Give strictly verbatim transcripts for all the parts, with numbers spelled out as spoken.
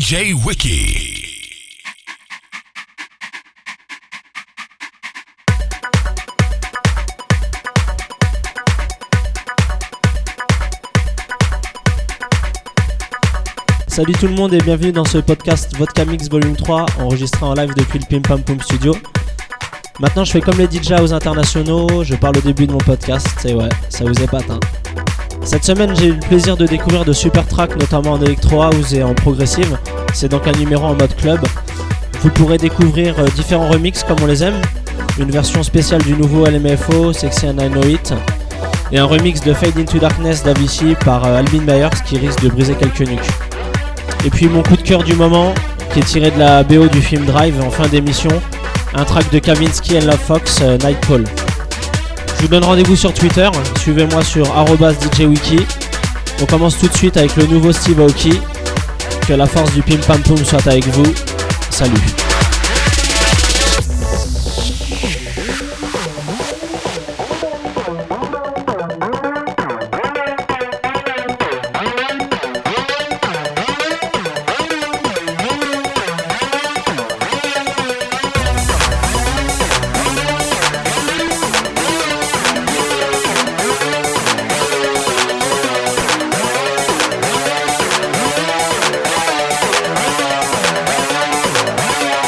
J Wiki. Salut tout le monde et bienvenue dans ce podcast Vodka Mix Volume trois, enregistré en live depuis le Pim Pam Poum Studio. Maintenant je fais comme les D J aux internationaux, je parle au début de mon podcast, et ouais, ça vous épate hein. Cette semaine j'ai eu le plaisir de découvrir de super tracks, notamment en Electro House et en Progressive. C'est donc un numéro en mode club. Vous pourrez découvrir différents remixes comme on les aime, une version spéciale du nouveau L M F O, Sexy and I Know It, et un remix de Fade Into Darkness d'Avicii par Alvin Myers qui risque de briser quelques nuques. Et puis mon coup de cœur du moment, qui est tiré de la B O du film Drive en fin d'émission, un track de Kavinsky and Love Fox, euh, Nightfall. Je vous donne rendez-vous sur Twitter, suivez-moi sur arobase D J Wiki. On commence tout de suite avec le nouveau Steve Aoki. Que la force du Pim Pam Poum soit avec vous. Salut. We'll be right back.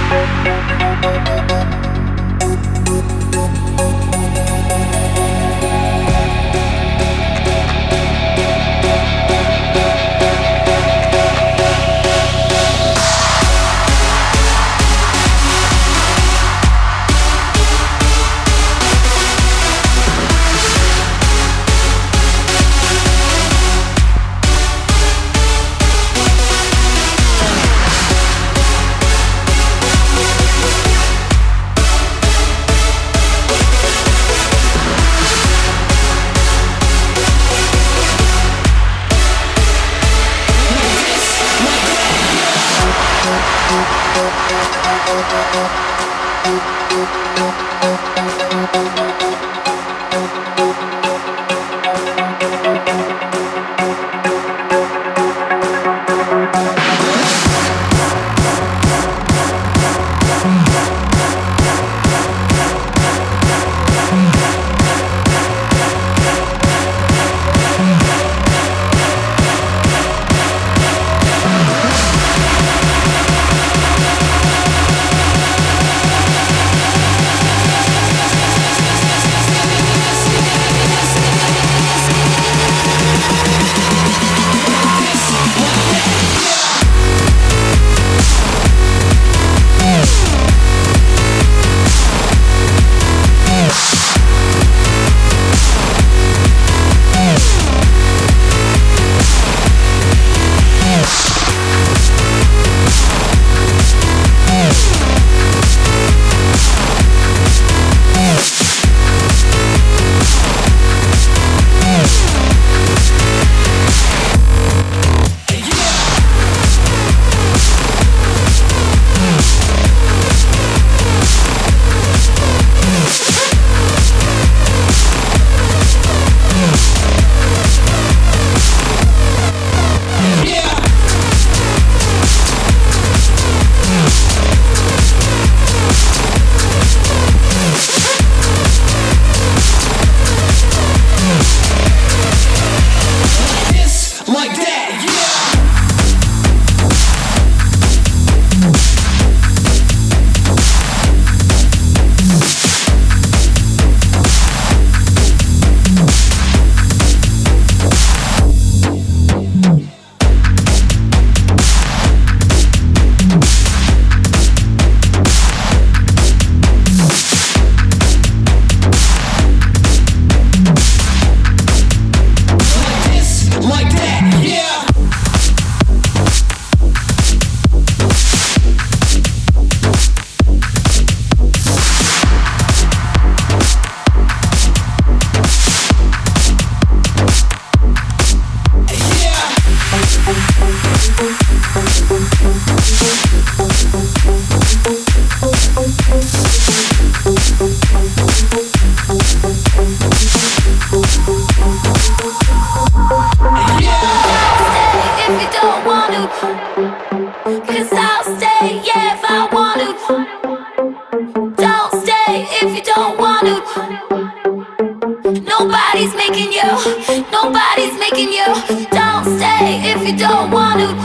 Nobody's making you, nobody's making you. Don't stay if you don't want to.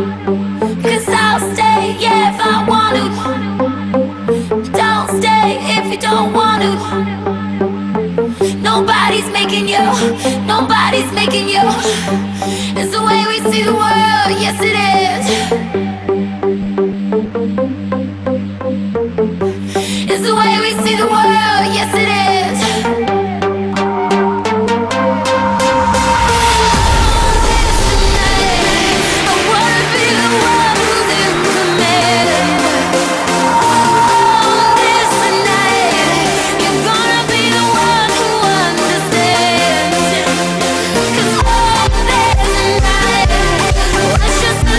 Cause I'll stay, yeah, if I want to. Don't stay if you don't want to. Nobody's making you, nobody's making you. It's the way we see the world, yes it is. It's the way we see the world, yes it is. Just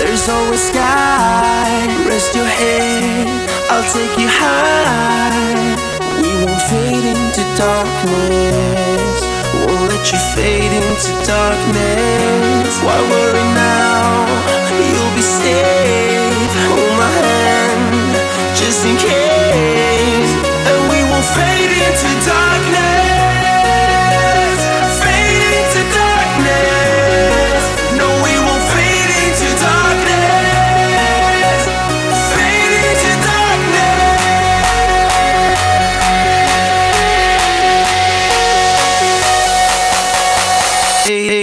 There's always sky. Rest your head, I'll take you high. We won't fade into darkness. Won't let you fade into darkness. Why worry now? You'll be safe. Hold my hand, just in case. And we won't fade into darkness. Fade into darkness. No, we won't fade into darkness. Fade into darkness. Hey, hey.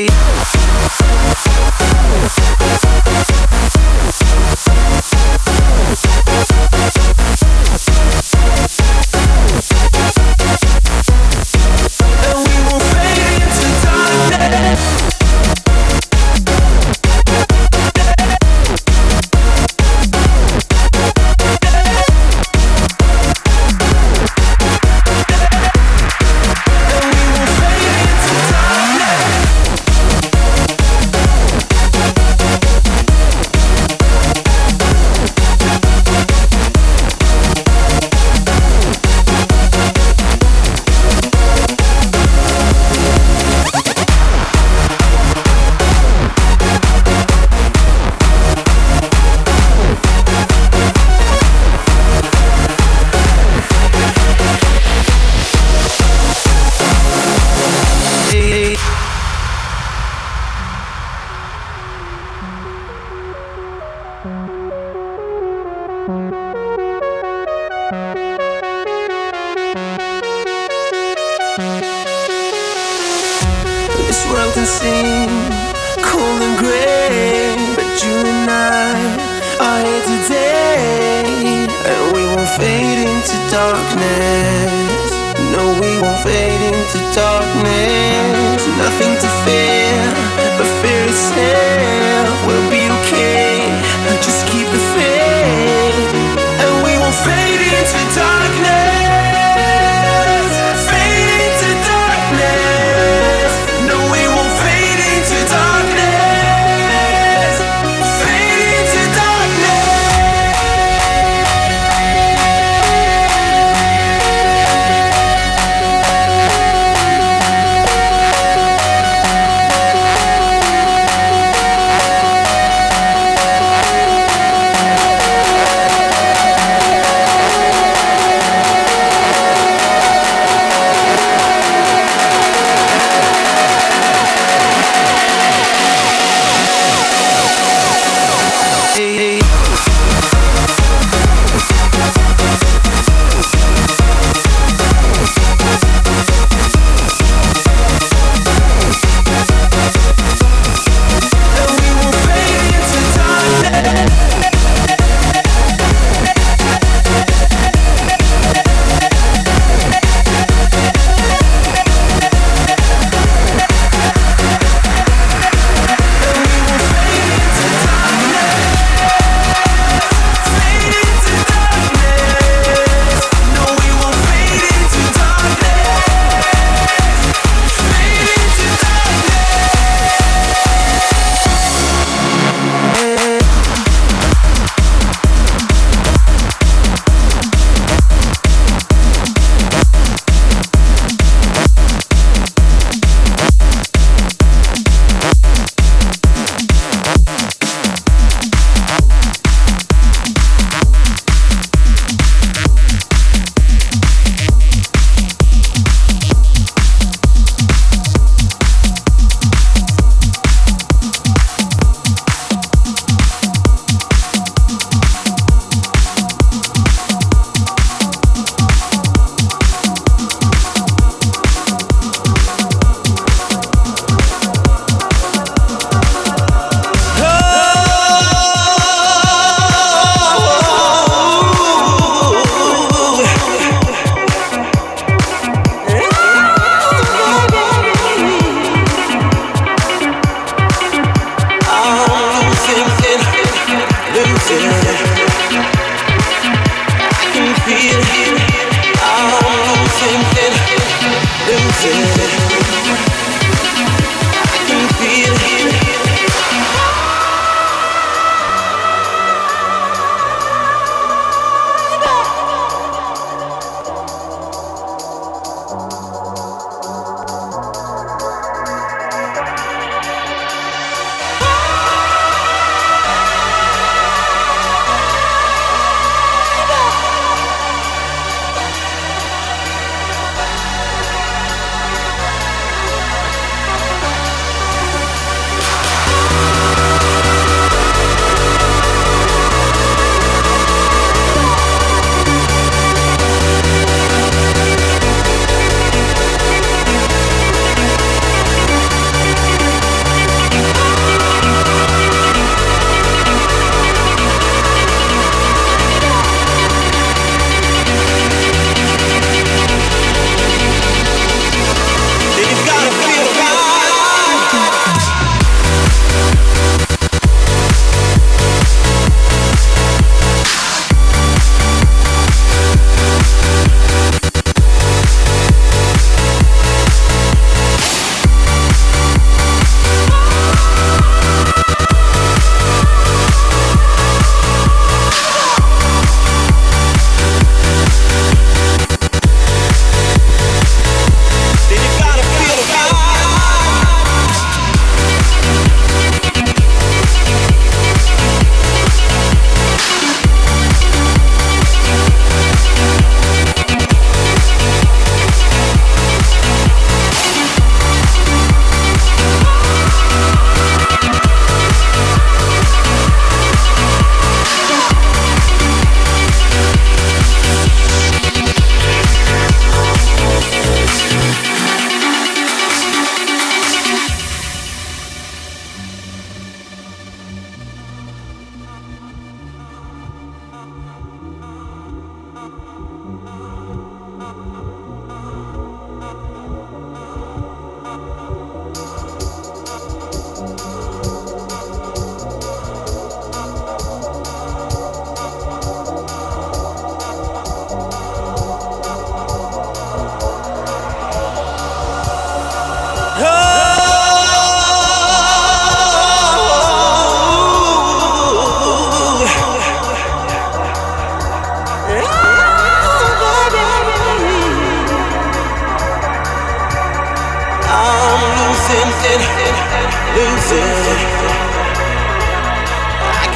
This world can seem cold and grey, but you and I are here today. And we won't fade into darkness. No, we won't fade into darkness. Nothing to fear but fear itself. We'll be okay, just keep the faith. And we won't fade into darkness.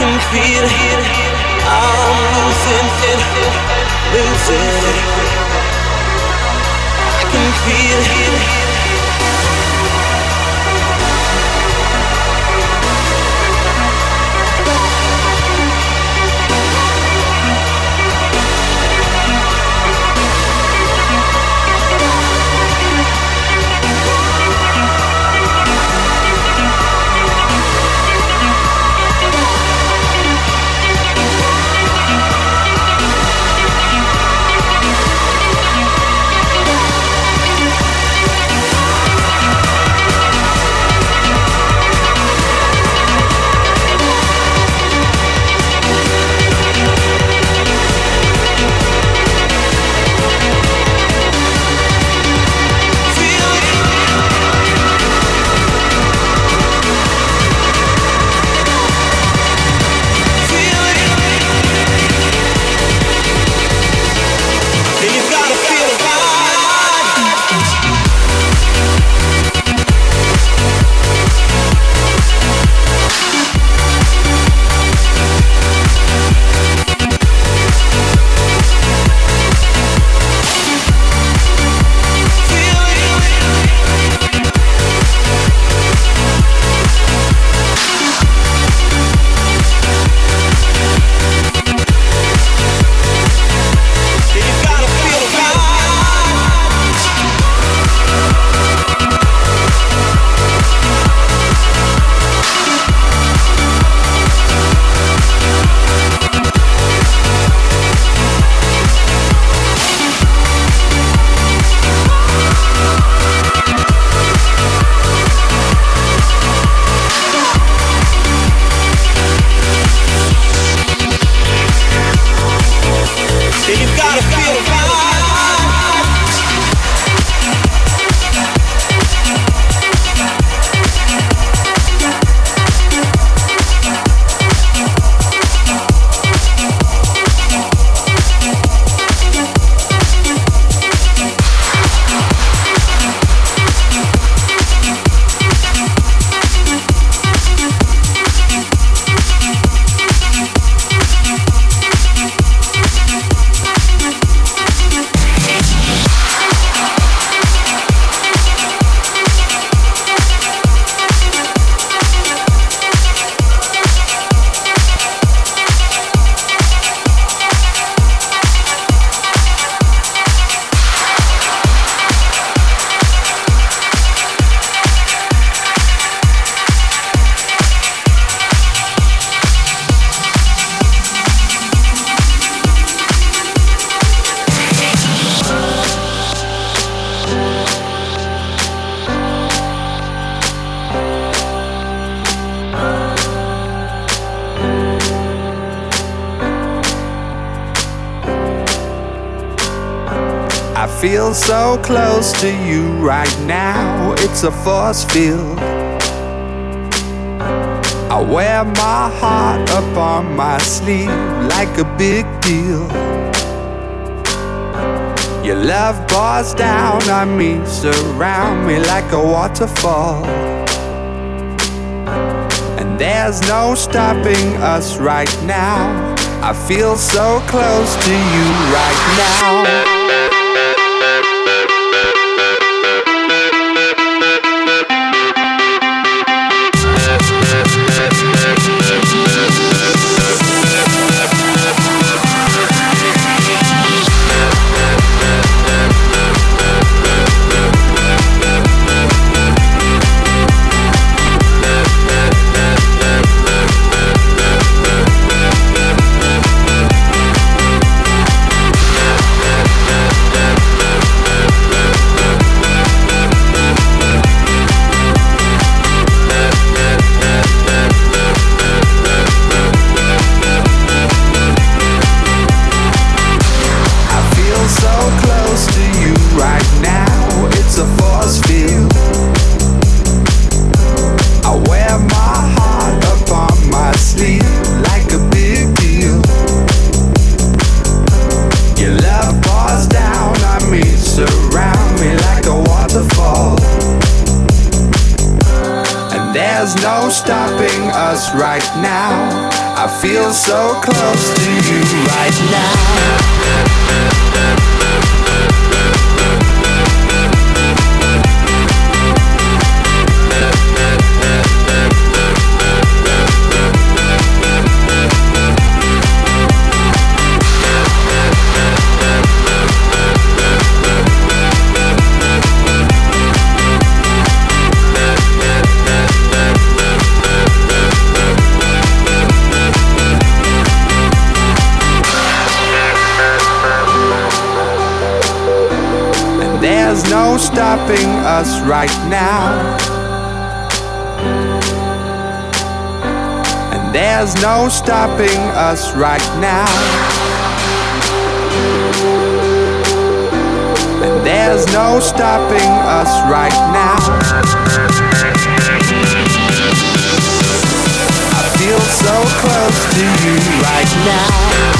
can feel it. I'm losing it, losing it. I can feel it. Feel so close to you right now, it's a force field. I wear my heart up on my sleeve like a big deal. Your love pours down on me, surround me like a waterfall. And there's no stopping us right now. I feel so close to you right now. There's no stopping us right now. I feel so close to you right now. There's no stopping us right now. And there's no stopping us right now. And there's no stopping us right now. I feel so close to you right now.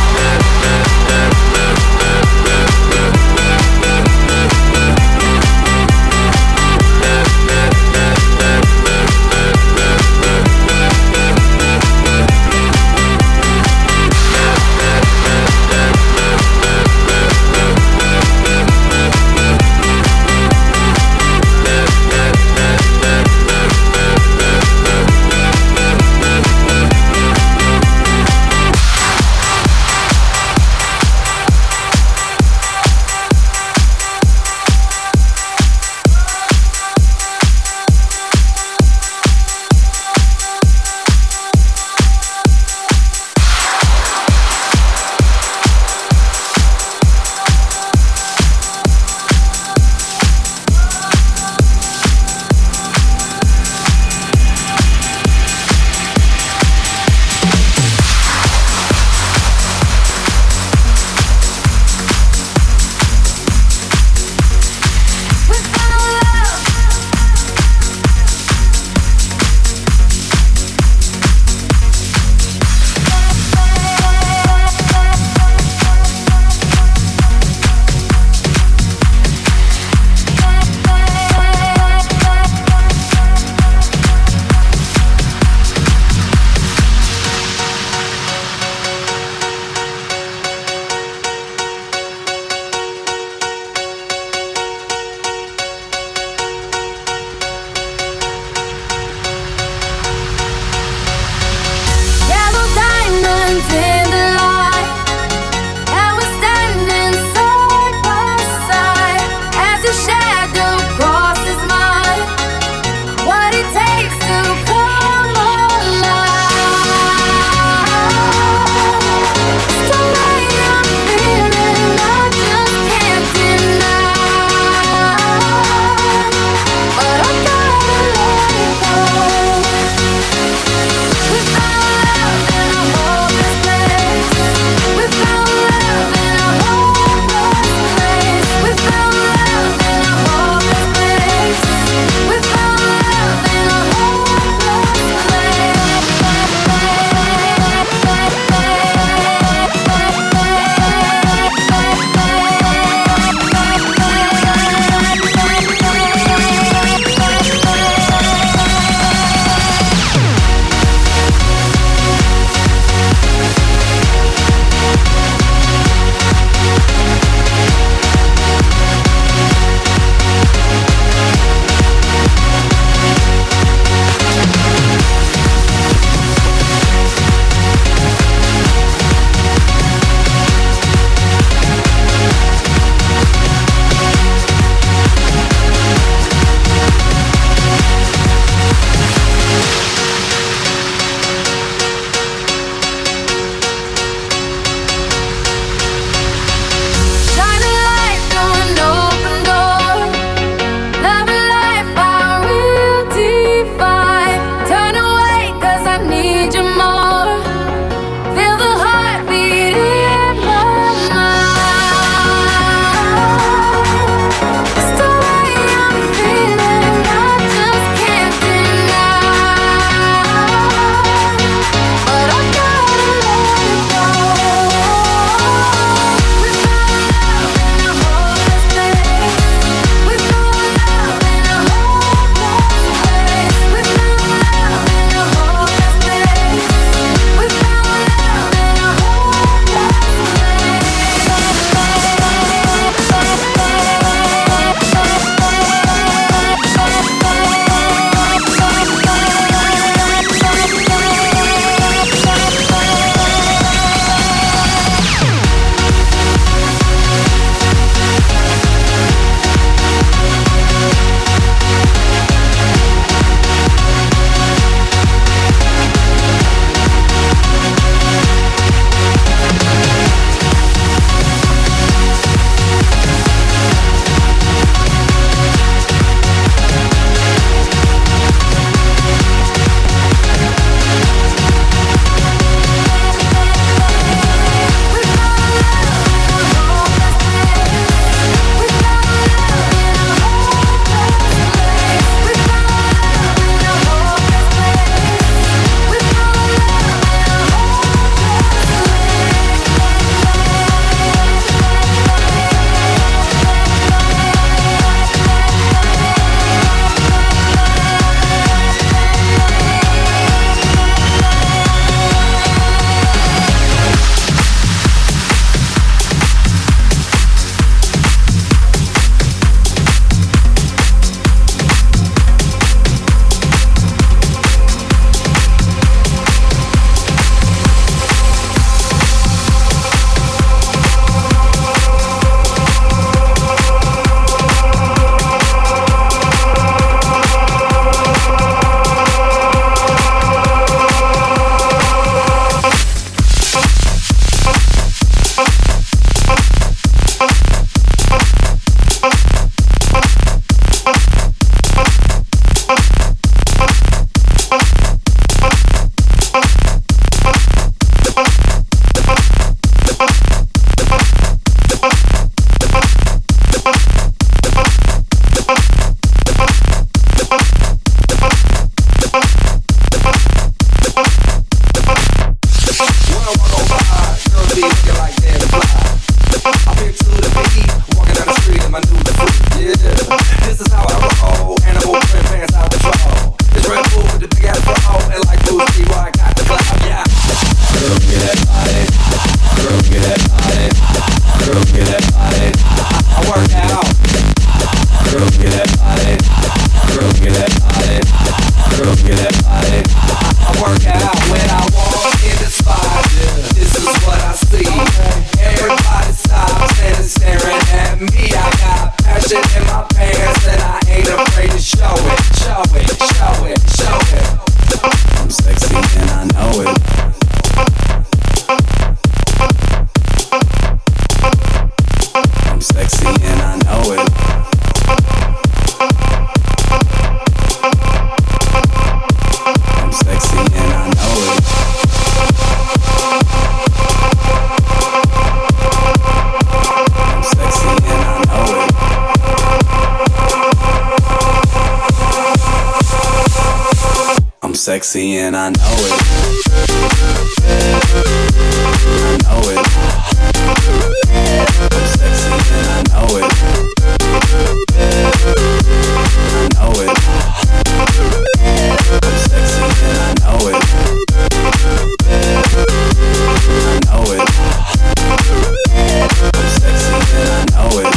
I walk on by, girls be looking like damn fly. I pick to the beat, walking down the street in my new freak. Yeah, this is how I roll. Animal print pants out the control. It's Red Bull with the big ass bra, and like Bruce Lee, I got the clout. Yeah. Girl, get that body. Girl, get that body. Girl, get that body. I work out. Girl, get that body. Girl, get that body. Girl, get that body. I work out when I walk in the spot. This is what I see. Everybody stops and is staring at me. I got passion in my pants and I ain't afraid to show it. Show it, show it, show it. I'm sexy and I know it. I'm sexy and I know it. I'm sexy and I know it. I'm sexy and I know it. I'm sexy and I know it. I know it. I'm sexy and I know it. I know it. I'm sexy and I know it. I know it. I'm sexy and I know it.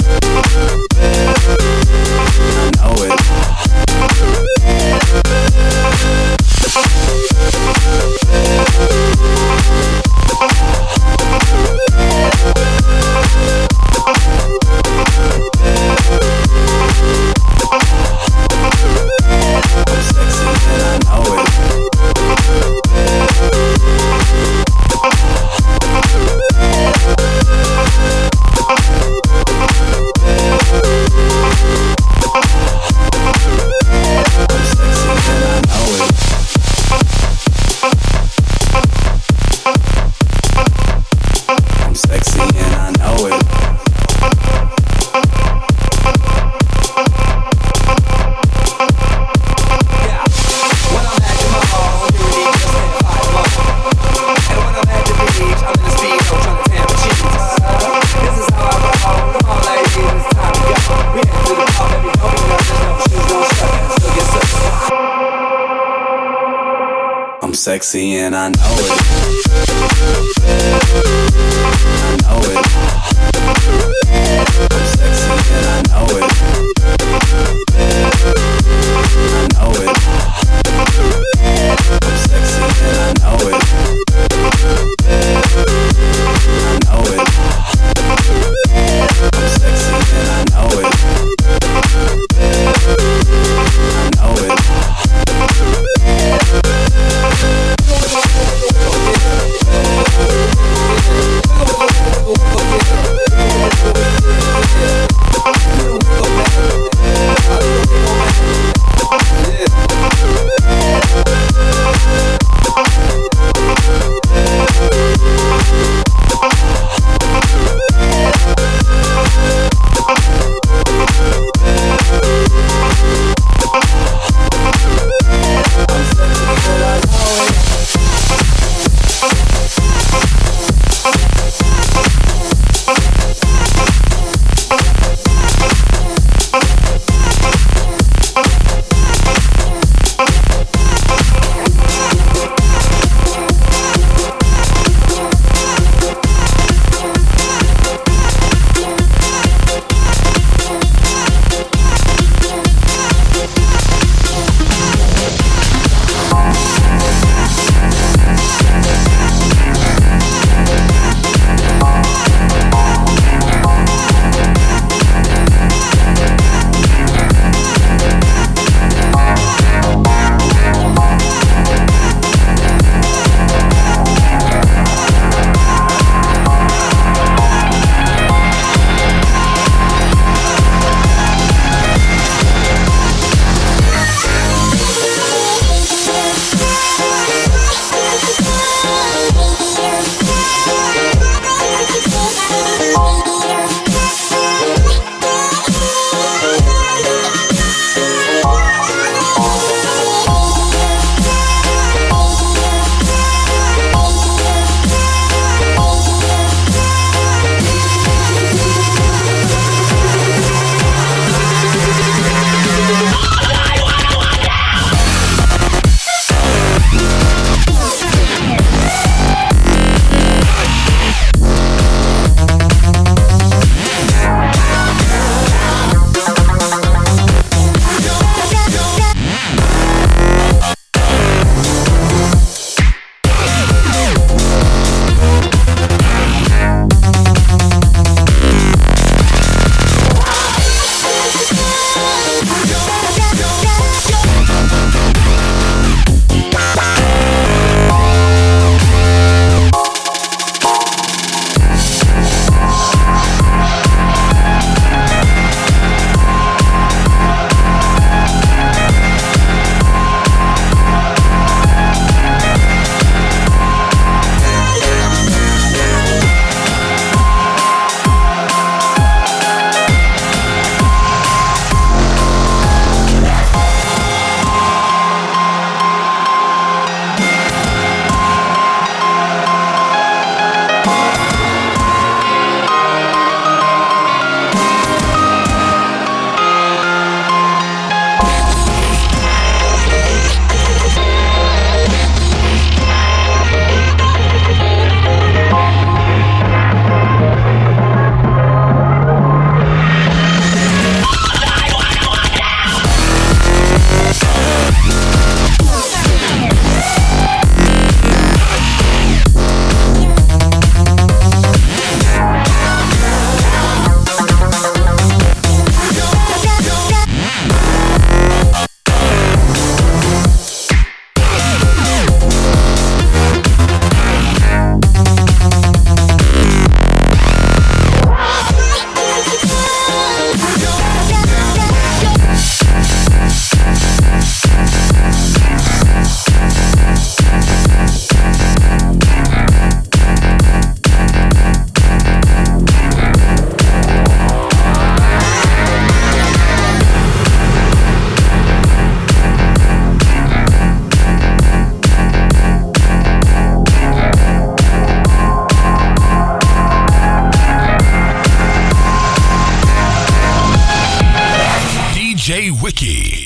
I know it. Sexy and I know it. I know it. I'm sexy and I know it. I know it. I'm sexy and I know it. I know it. I'm sexy and I know it. I know it. Go get D J Wiki.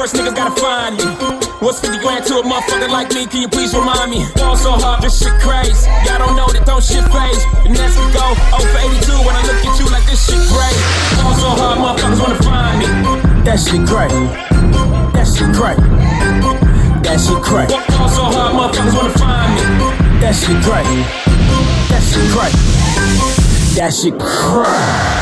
first niggas gotta find me. What's fifty grand to a motherfucker like me? Can you please remind me? Fall so hard, this shit crazy. Y'all don't know that don't shit phase. The next we go, oh for eighty-two when I look at you like this shit great. Fall so hard, motherfuckers wanna find me. That shit great. That shit great. That shit great. Fall so hard, motherfuckers wanna find me. That shit great. That shit great. That shit great.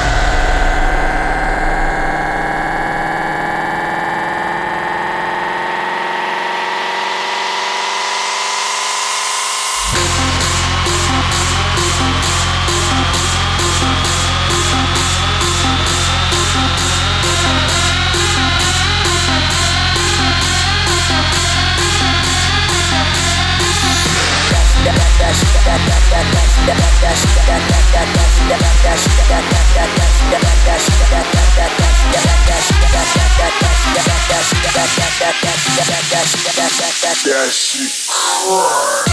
That shit hard.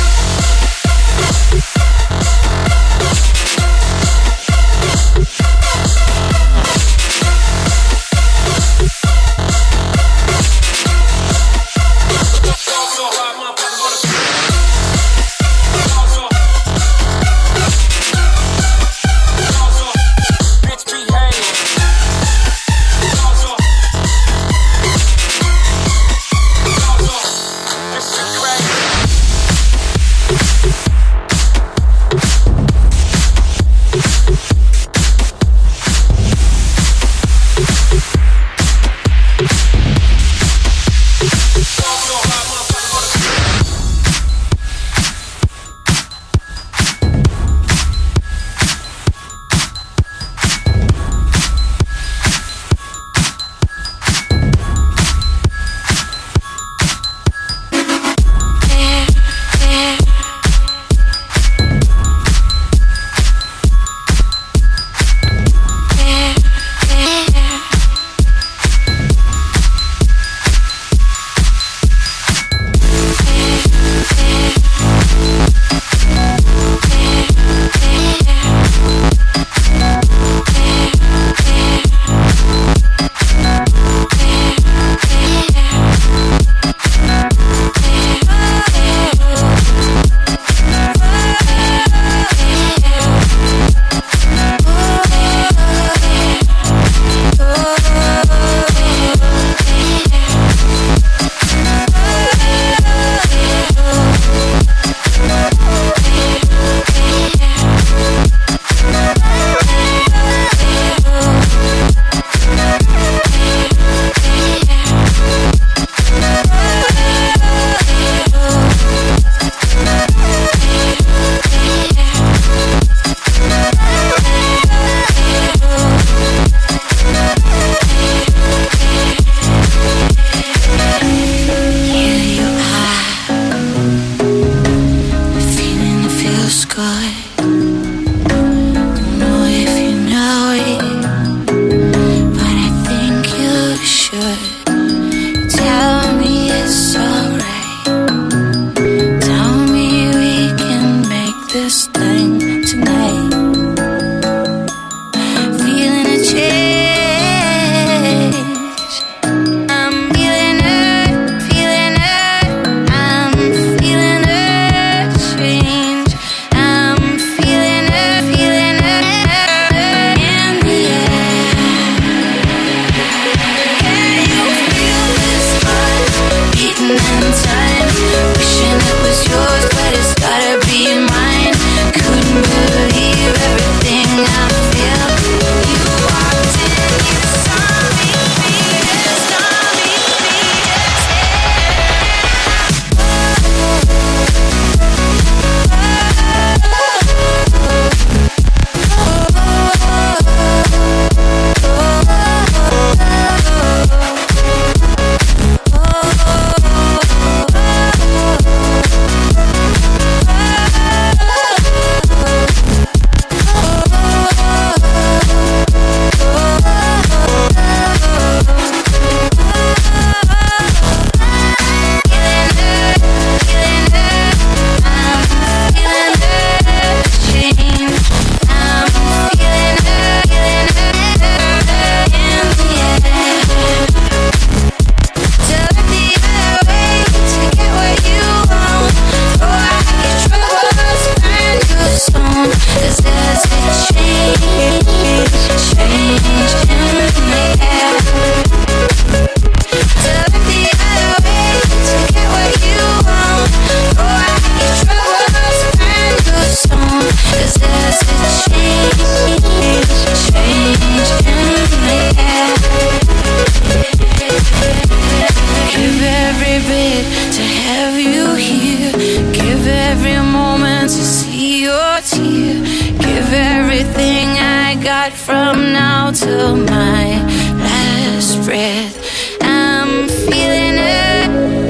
right from now till my last breath. I'm feeling it.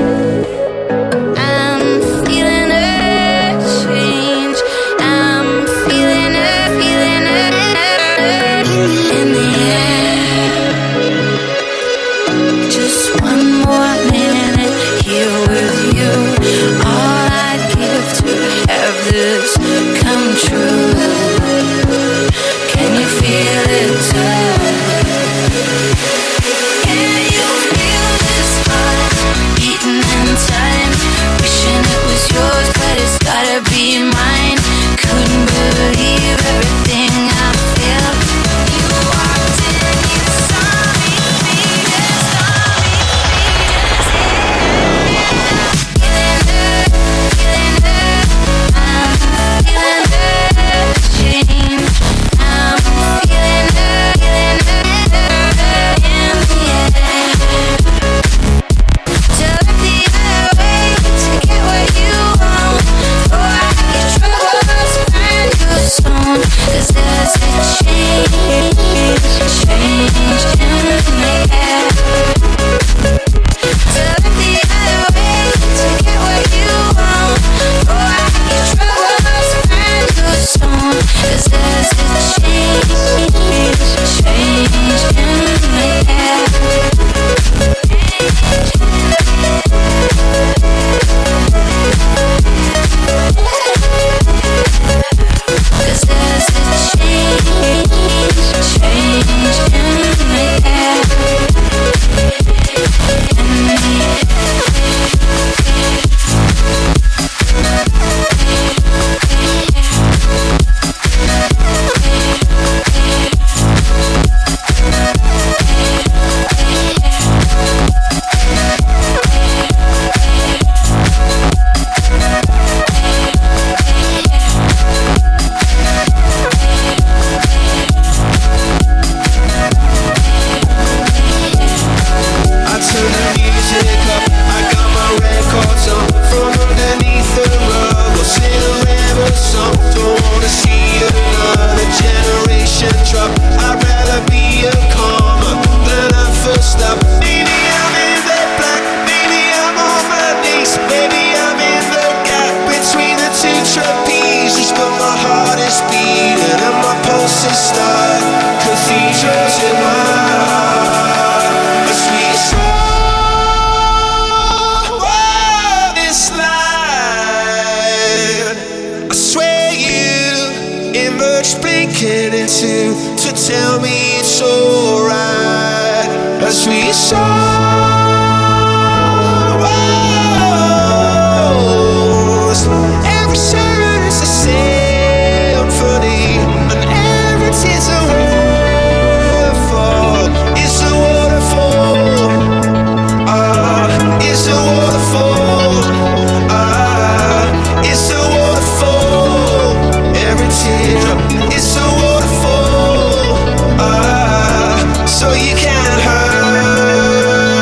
I'm feeling a change. I'm feeling it, feeling it in the air. Just one more minute here with you. All I'd give to have this come true. Can you feel it too? Can you feel this heart beating in time? Wishing it was yours, but it's gotta be mine. Couldn't believe everything I feel. You walked in, you saw me, needed, saw me, needed. Feeling it, feeling it, I'm feeling it, change. I'm feeling it, feeling it in the air. To look the other way to get what you want. Throw out your troubles, find your song. 'Cause there's a change, change in the air. To look the other way to get what you want. Throw out your troubles, find your song. 'Cause there's a change, change in the air. Cause there's a change, change in the air. In the I turn the music up, I got my records on. From underneath the rug, I'll sing a rebel song. Don't wanna see another generation drop. I'd rather be a comma than a full stop. Maybe I'm in the black, maybe I'm on my knees. Maybe I'm in the gap between the two trapezes. But my heart is beating and my pulse is starting. Cathedrals in my heart, a sweet song. What is life? I swear you emerged blinking into to tell me it's alright. A sweet song. Every sentence is symphony, and every tear's a waterfall. It's a waterfall. Ah, it's a waterfall. Ah, it's a waterfall. Every teardrop is a waterfall. Ah, so you can't hurt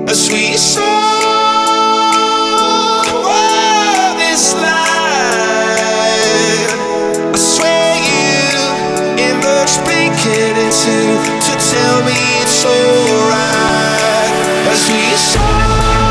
a sweet song of this life. I swear you emerged speaking into to tell me it's alright. A sweet song.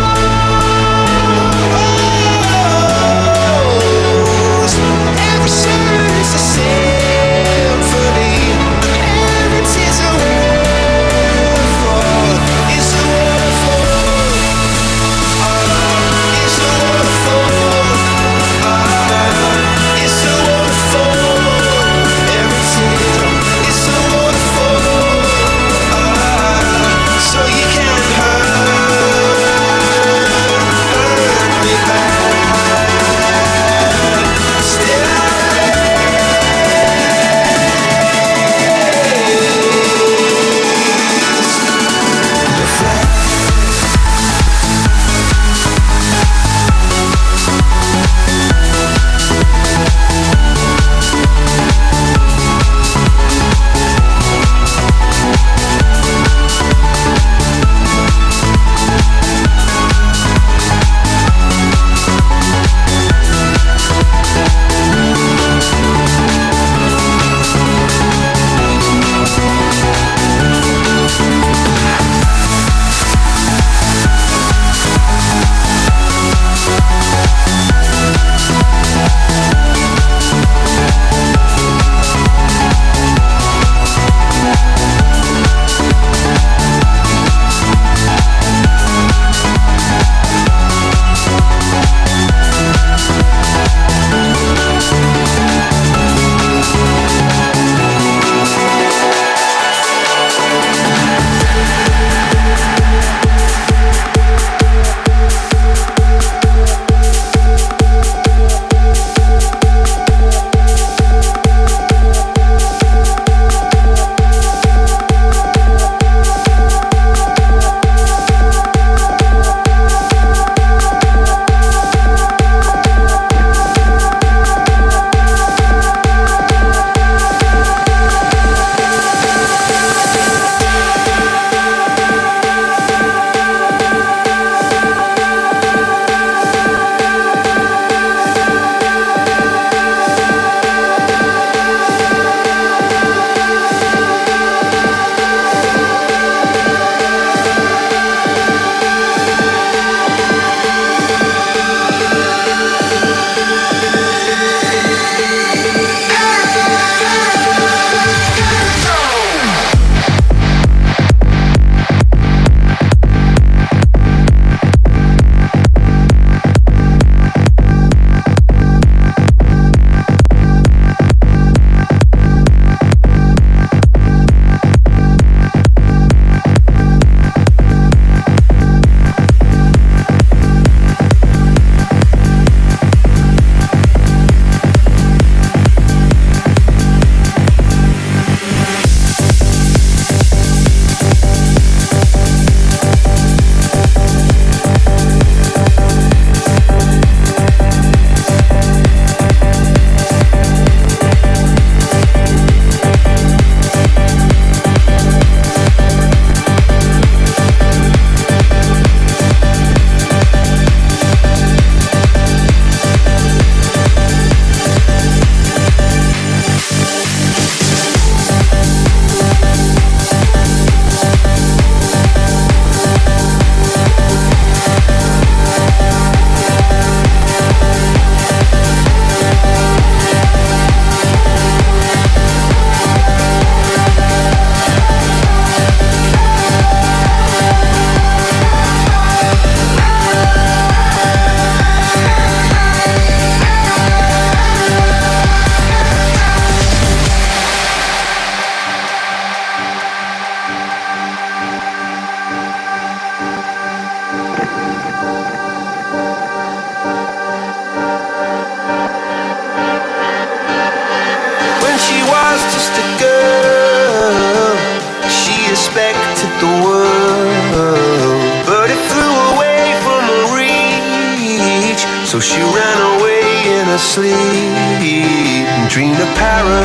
So she ran away in her sleep, dreamed of para,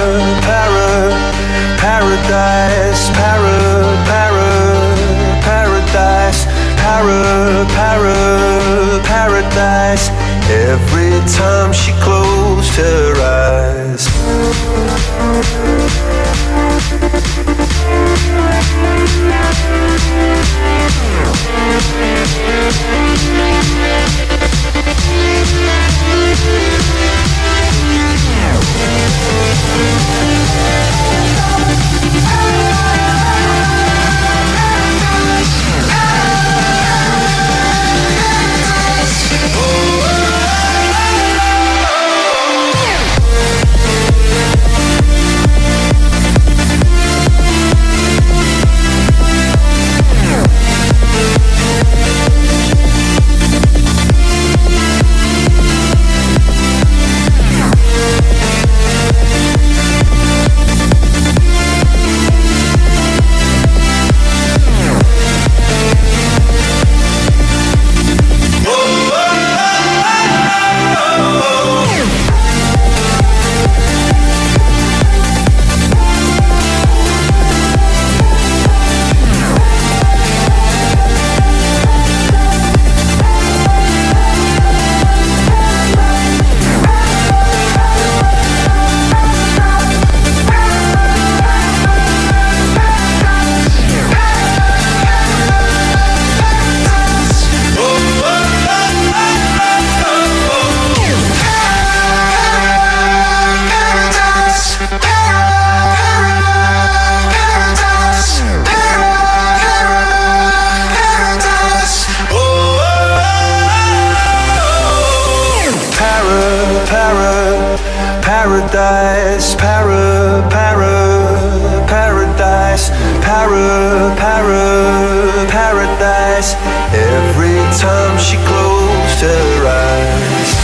para, paradise, para, para, paradise, para. paradise every time she closed her eyes. Paradise, para, para, paradise, para, para, paradise. Every time she closed her eyes.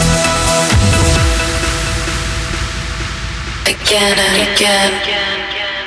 again and again.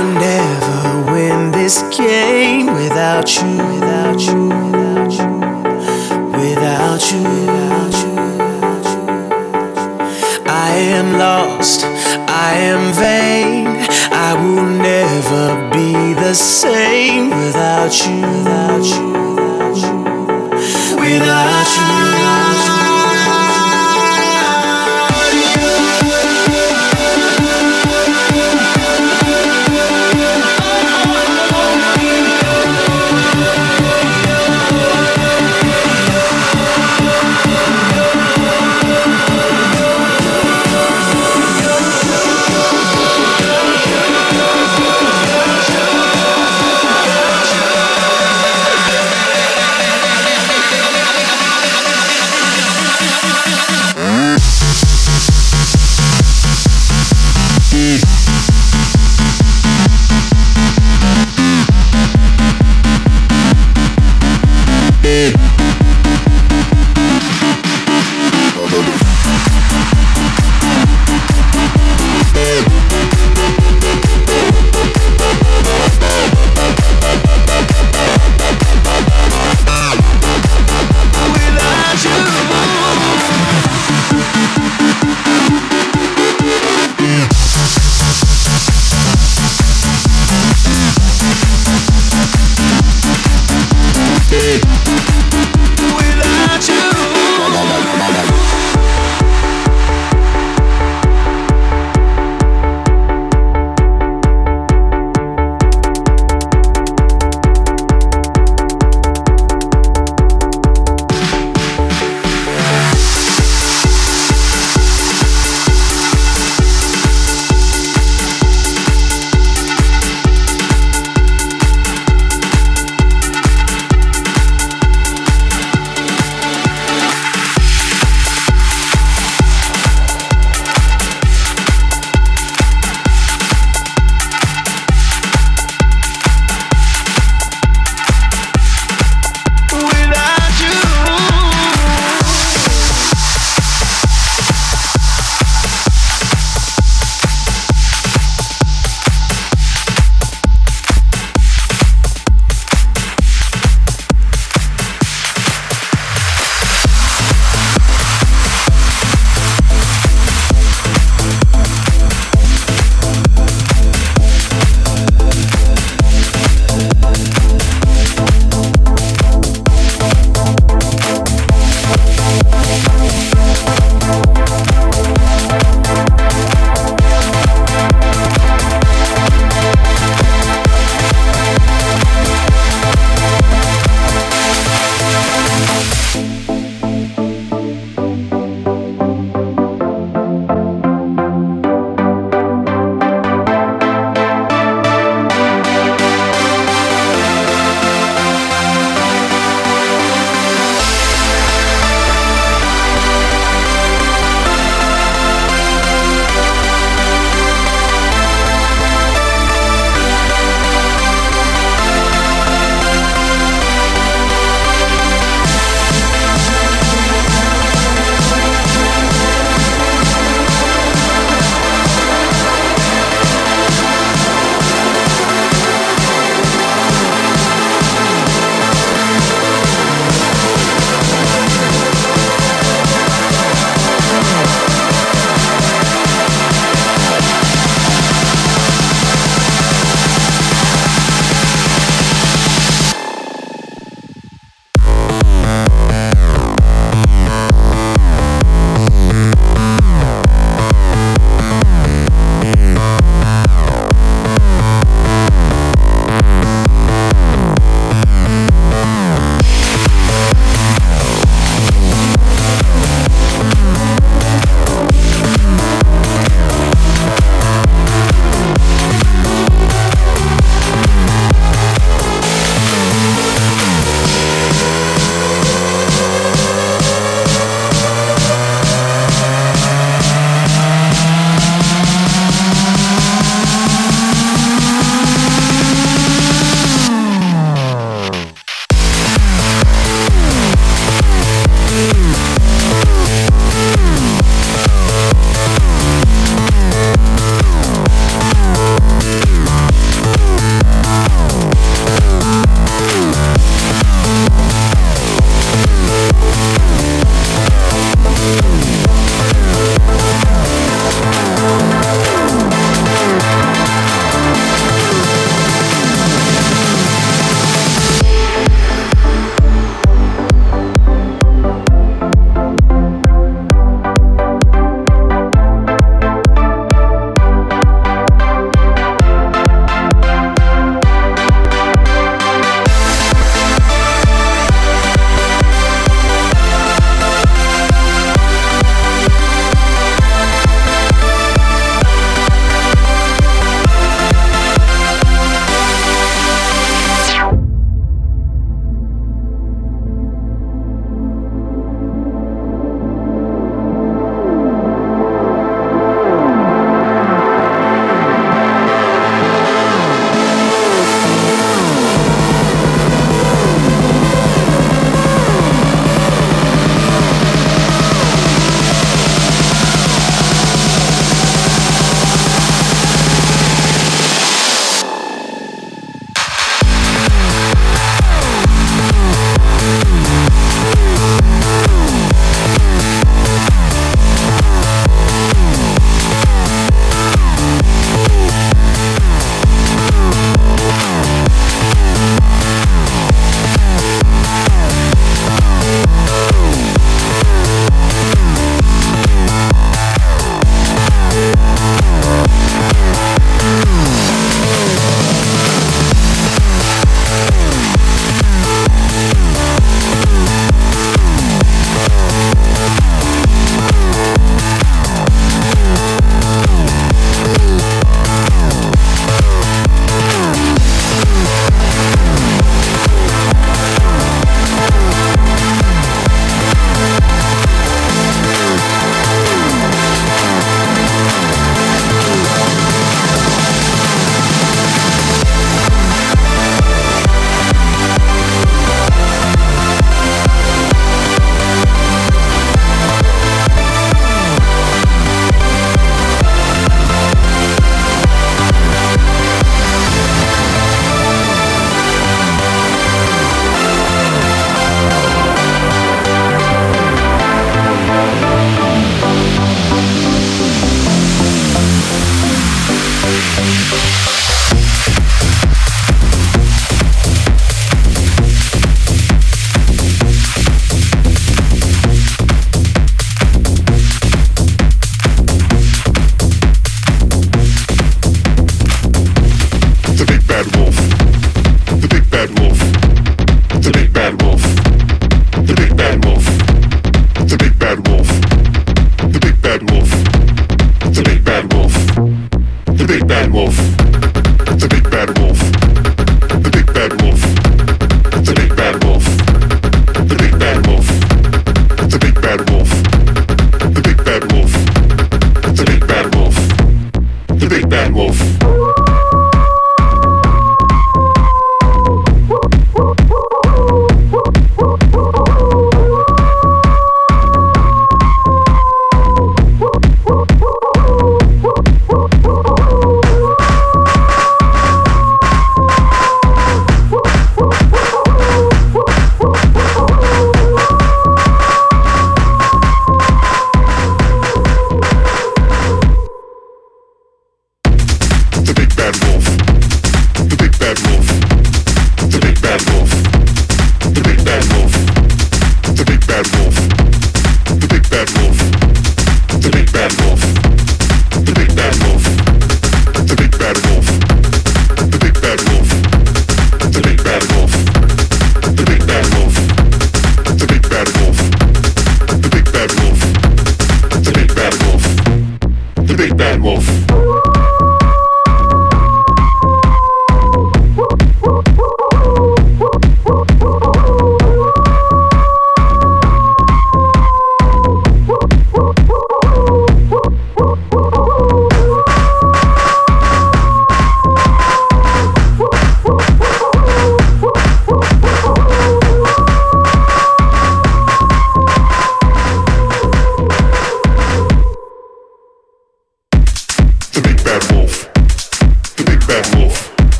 We'll never win this game without you, without you, without you, without you, without you. I am lost, I am vain. I will never be the same without you, without you, without you, without you.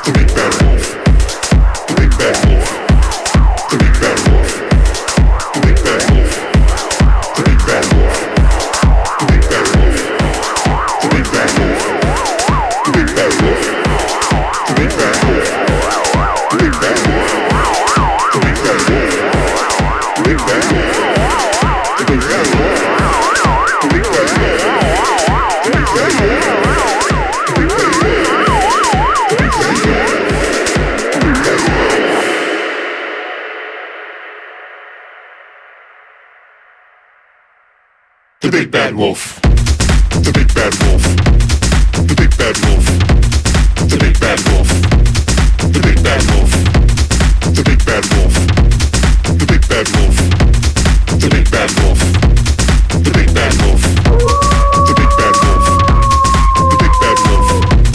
The big bad wolf. The big bad wolf. The big bad wolf. The big bad wolf. The big bad wolf. The big bad wolf. The big bad wolf. The big bad wolf. The big bad wolf. The big bad wolf. The big bad wolf.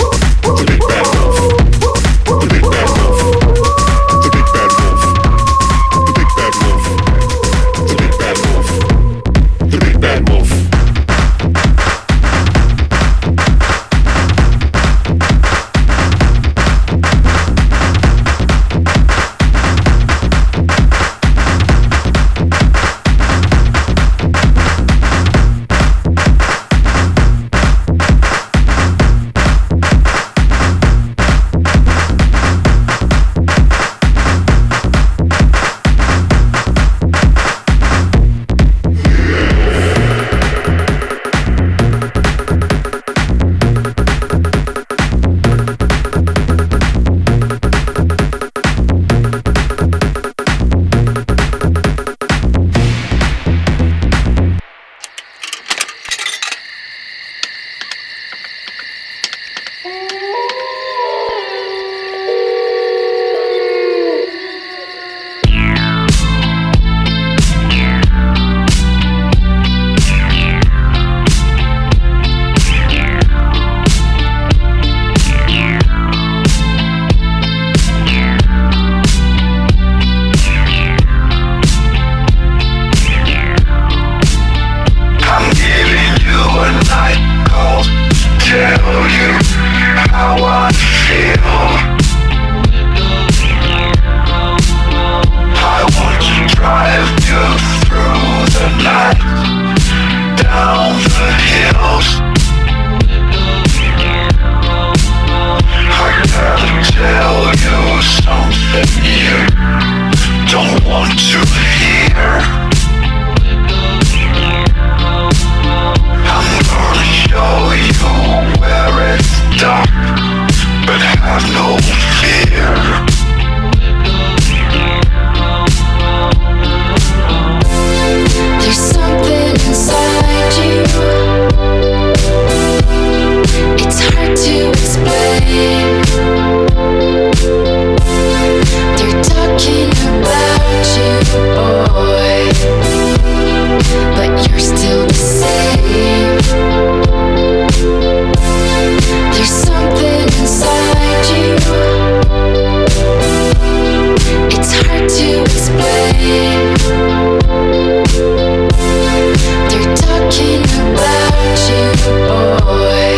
The big bad wolf. The big bad wolf. The big bad wolf. The big bad wolf. The big bad wolf. The big bad wolf.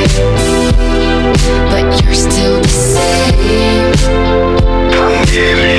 Giving